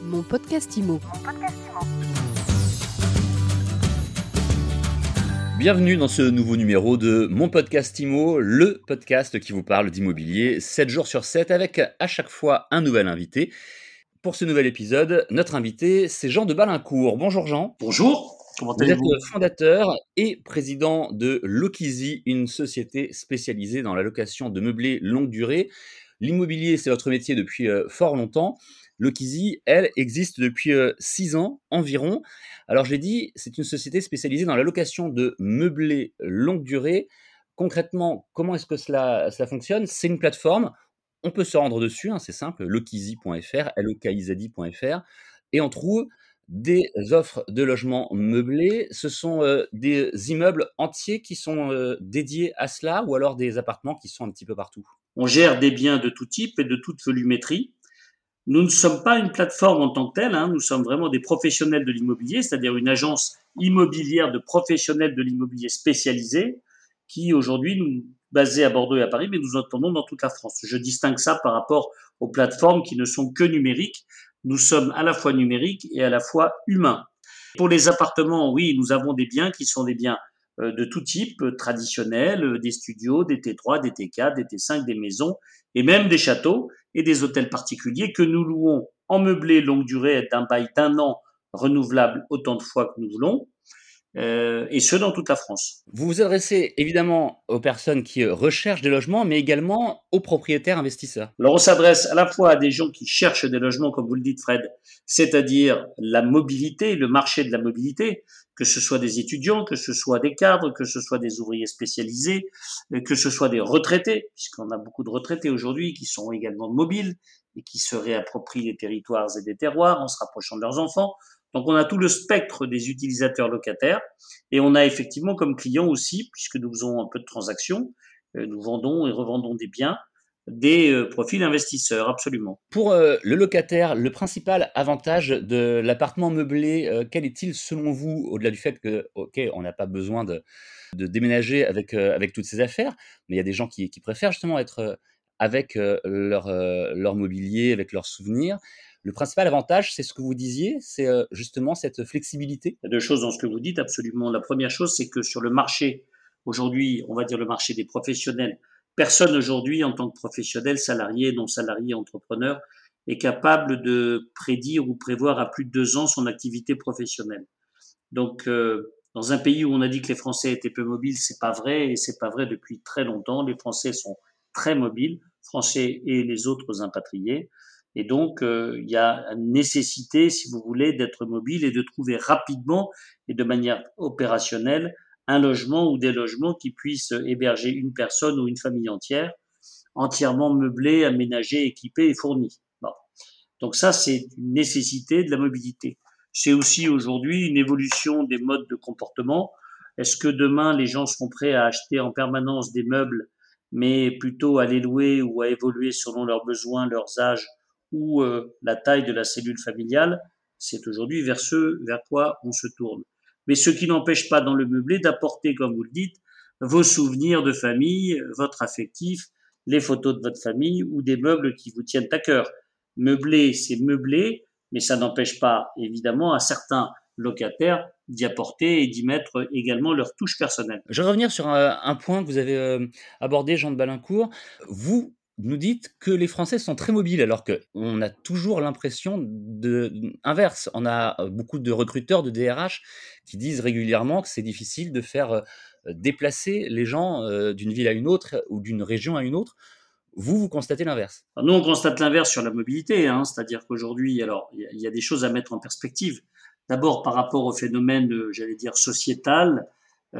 Mon podcast IMO. Bienvenue dans ce nouveau numéro de Mon podcast IMO, le podcast qui vous parle d'immobilier 7 jours sur 7 avec à chaque fois un nouvel invité. Pour ce nouvel épisode, notre invité, c'est Jean de Balincourt. Bonjour Jean. Bonjour, comment Vous êtes allez-vous ? fondateur et président de Lokizy, une société spécialisée dans la location de meublés longue durée. L'immobilier, c'est votre métier depuis fort longtemps. Lokizy, elle, existe depuis 6 ans environ. Alors je l'ai dit, c'est une société spécialisée dans la location de meublés longue durée. Concrètement, comment est-ce que cela fonctionne ? C'est une plateforme, on peut se rendre dessus, c'est simple, lokizy.fr, lokizy.fr, et on trouve des offres de logements meublés. Ce sont des immeubles entiers qui sont dédiés à cela, ou alors des appartements qui sont un petit peu partout ? On gère des biens de tout type et de toute volumétrie. Nous ne sommes pas une plateforme en tant que telle, nous sommes vraiment des professionnels de l'immobilier, c'est-à-dire une agence immobilière de professionnels de l'immobilier spécialisés qui aujourd'hui, nous basés à Bordeaux et à Paris, mais nous entendons dans toute la France. Je distingue ça par rapport aux plateformes qui ne sont que numériques. Nous sommes à la fois numériques et à la fois humains. Pour les appartements, oui, nous avons des biens qui sont des biens de tout type, traditionnels, des studios, des T3, des T4, des T5, des maisons et même des châteaux et des hôtels particuliers que nous louons en meublé longue durée d'un bail d'1 an renouvelable autant de fois que nous voulons, et ce dans toute la France. Vous vous adressez évidemment aux personnes qui recherchent des logements, mais également aux propriétaires investisseurs. Alors on s'adresse à la fois à des gens qui cherchent des logements, comme vous le dites Fred, c'est-à-dire la mobilité, le marché de la mobilité, que ce soit des étudiants, que ce soit des cadres, que ce soit des ouvriers spécialisés, que ce soit des retraités, puisqu'on a beaucoup de retraités aujourd'hui qui sont également mobiles et qui se réapproprient les territoires et des terroirs en se rapprochant de leurs enfants. Donc on a tout le spectre des utilisateurs locataires et on a effectivement comme clients aussi, puisque nous faisons un peu de transactions, nous vendons et revendons des biens, des profils investisseurs, absolument. Pour le locataire, le principal avantage de l'appartement meublé, quel est-il selon vous, au-delà du fait que, ok, on n'a pas besoin de déménager avec toutes ces affaires, mais il y a des gens qui préfèrent justement être avec leur mobilier, avec leurs souvenirs. Le principal avantage, c'est ce que vous disiez, c'est justement cette flexibilité. Il y a deux choses dans ce que vous dites, absolument. La première chose, c'est que sur le marché, aujourd'hui, on va dire le marché des professionnels, personne aujourd'hui, en tant que professionnel, salarié, non salarié, entrepreneur, est capable de prédire ou prévoir à plus de 2 ans son activité professionnelle. Donc, dans un pays où on a dit que les Français étaient peu mobiles, c'est pas vrai, et c'est pas vrai depuis très longtemps. Les Français sont très mobiles, Français et les autres impatriés. Et donc, il y a une nécessité, si vous voulez, d'être mobile et de trouver rapidement et de manière opérationnelle un logement ou des logements qui puissent héberger une personne ou une famille entière, entièrement meublés, aménagés, équipés et fournis. Bon. Donc ça, c'est une nécessité de la mobilité. C'est aussi aujourd'hui une évolution des modes de comportement. Est-ce que demain, les gens seront prêts à acheter en permanence des meubles, mais plutôt à les louer ou à évoluer selon leurs besoins, leurs âges ou la taille de la cellule familiale? C'est aujourd'hui vers ce vers quoi on se tourne. Mais ce qui n'empêche pas dans le meublé d'apporter, comme vous le dites, vos souvenirs de famille, votre affectif, les photos de votre famille ou des meubles qui vous tiennent à cœur. Meubler, c'est meubler, mais ça n'empêche pas, évidemment, à certains locataires d'y apporter et d'y mettre également leur touche personnelle. Je vais revenir sur un point que vous avez abordé, Jean de Balincourt. Vous nous dites que les Français sont très mobiles, alors qu'on a toujours l'impression inverse. On a beaucoup de recruteurs, de DRH, qui disent régulièrement que c'est difficile de faire déplacer les gens d'une ville à une autre ou d'une région à une autre. Vous constatez l'inverse. Alors nous, on constate l'inverse sur la mobilité, c'est-à-dire qu'aujourd'hui, alors, il y a des choses à mettre en perspective. D'abord, par rapport au phénomène, j'allais dire, sociétal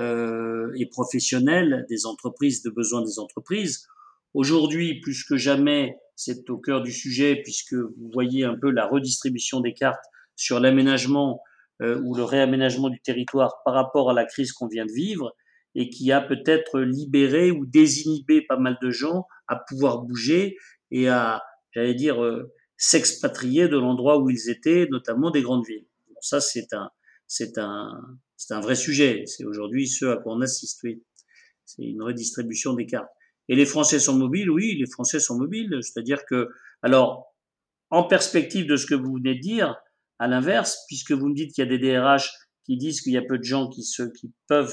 et professionnel des entreprises, de besoins des entreprises. Aujourd'hui, plus que jamais, c'est au cœur du sujet, puisque vous voyez un peu la redistribution des cartes sur l'aménagement ou le réaménagement du territoire par rapport à la crise qu'on vient de vivre et qui a peut-être libéré ou désinhibé pas mal de gens à pouvoir bouger et à, j'allais dire, s'expatrier de l'endroit où ils étaient, notamment des grandes villes. Bon, ça, c'est un vrai sujet. C'est aujourd'hui ce à quoi on assiste, oui. C'est une redistribution des cartes. Et les Français sont mobiles, oui, les Français sont mobiles. C'est-à-dire que, alors, en perspective de ce que vous venez de dire, à l'inverse, puisque vous me dites qu'il y a des DRH qui disent qu'il y a peu de gens qui peuvent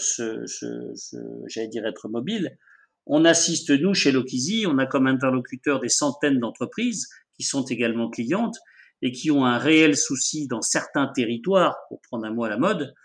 j'allais dire, être mobiles, on assiste, nous, chez Lokizy, on a comme interlocuteur des centaines d'entreprises qui sont également clientes et qui ont un réel souci dans certains territoires, pour prendre un mot à la mode,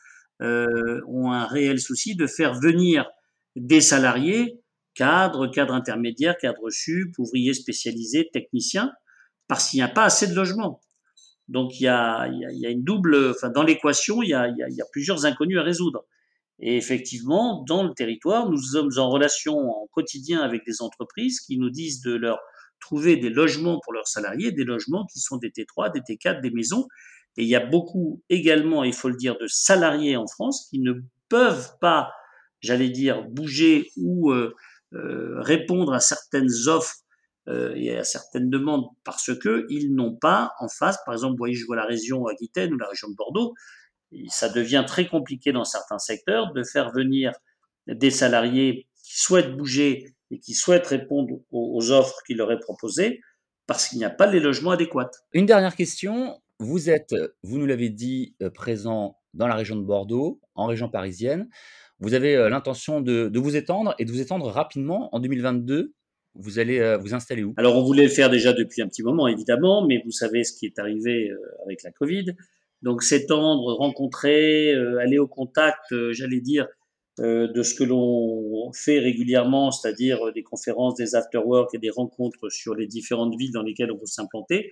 ont un réel souci de faire venir des salariés, cadres intermédiaires, cadres sup, ouvriers spécialisés, techniciens, parce qu'il n'y a pas assez de logements. Donc il y a une double, enfin dans l'équation, il y a plusieurs inconnus à résoudre. Et effectivement, dans le territoire, nous sommes en relation en quotidien avec des entreprises qui nous disent de leur trouver des logements pour leurs salariés, des logements qui sont des T3, des T4, des maisons. Et il y a beaucoup également, il faut le dire, de salariés en France qui ne peuvent pas, j'allais dire, bouger ou répondre à certaines offres et à certaines demandes parce que ils n'ont pas en face, par exemple, vous voyez, je vois la région Aquitaine ou la région de Bordeaux, et ça devient très compliqué dans certains secteurs de faire venir des salariés qui souhaitent bouger et qui souhaitent répondre aux offres qui leur est proposées parce qu'il n'y a pas les logements adéquats. Une dernière question. Vous êtes, vous nous l'avez dit, présent dans la région de Bordeaux, en région parisienne. Vous avez l'intention de vous étendre et de vous étendre rapidement en 2022. Vous allez vous installer où? Alors on voulait le faire déjà depuis un petit moment évidemment, mais vous savez ce qui est arrivé avec la Covid. Donc s'étendre, rencontrer, aller au contact, j'allais dire, de ce que l'on fait régulièrement, c'est-à-dire des conférences, des after-work et des rencontres sur les différentes villes dans lesquelles on veut s'implanter.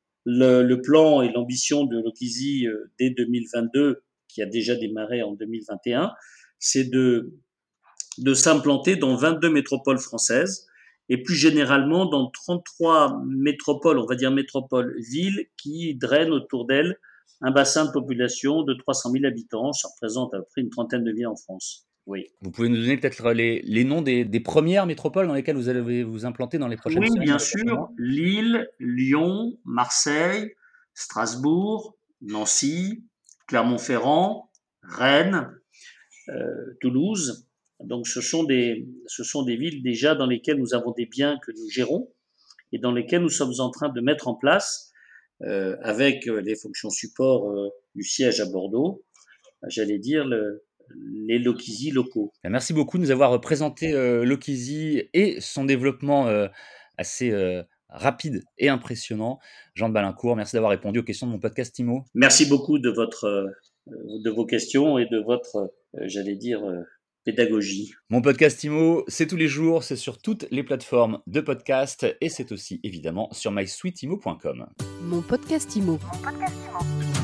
Le plan et l'ambition de Lokizy dès 2022, qui a déjà démarré en 2021, c'est de s'implanter dans 22 métropoles françaises et plus généralement dans 33 métropoles, on va dire métropoles-villes, qui drainent autour d'elles un bassin de population de 300 000 habitants. Ça représente à peu près une trentaine de villes en France. Oui. Vous pouvez nous donner peut-être les noms des premières métropoles dans lesquelles vous allez vous implanter dans les prochaines Oui, semaines, bien dans les prochains sûr. mois? Lille, Lyon, Marseille, Strasbourg, Nancy, Clermont-Ferrand, Rennes, Toulouse. Donc ce sont des villes déjà dans lesquelles nous avons des biens que nous gérons et dans lesquelles nous sommes en train de mettre en place, avec les fonctions support du siège à Bordeaux, j'allais dire les Lokizy locaux. Merci beaucoup de nous avoir présenté Lokizy et son développement assez rapide et impressionnant. Jean de Balincourt, merci d'avoir répondu aux questions de mon podcast IMO. Merci beaucoup de vos questions et de votre, j'allais dire, pédagogie. Mon podcast IMO, c'est tous les jours, c'est sur toutes les plateformes de podcast et c'est aussi évidemment sur mysweetimo.com. Mon podcast IMO. Mon podcast IMO.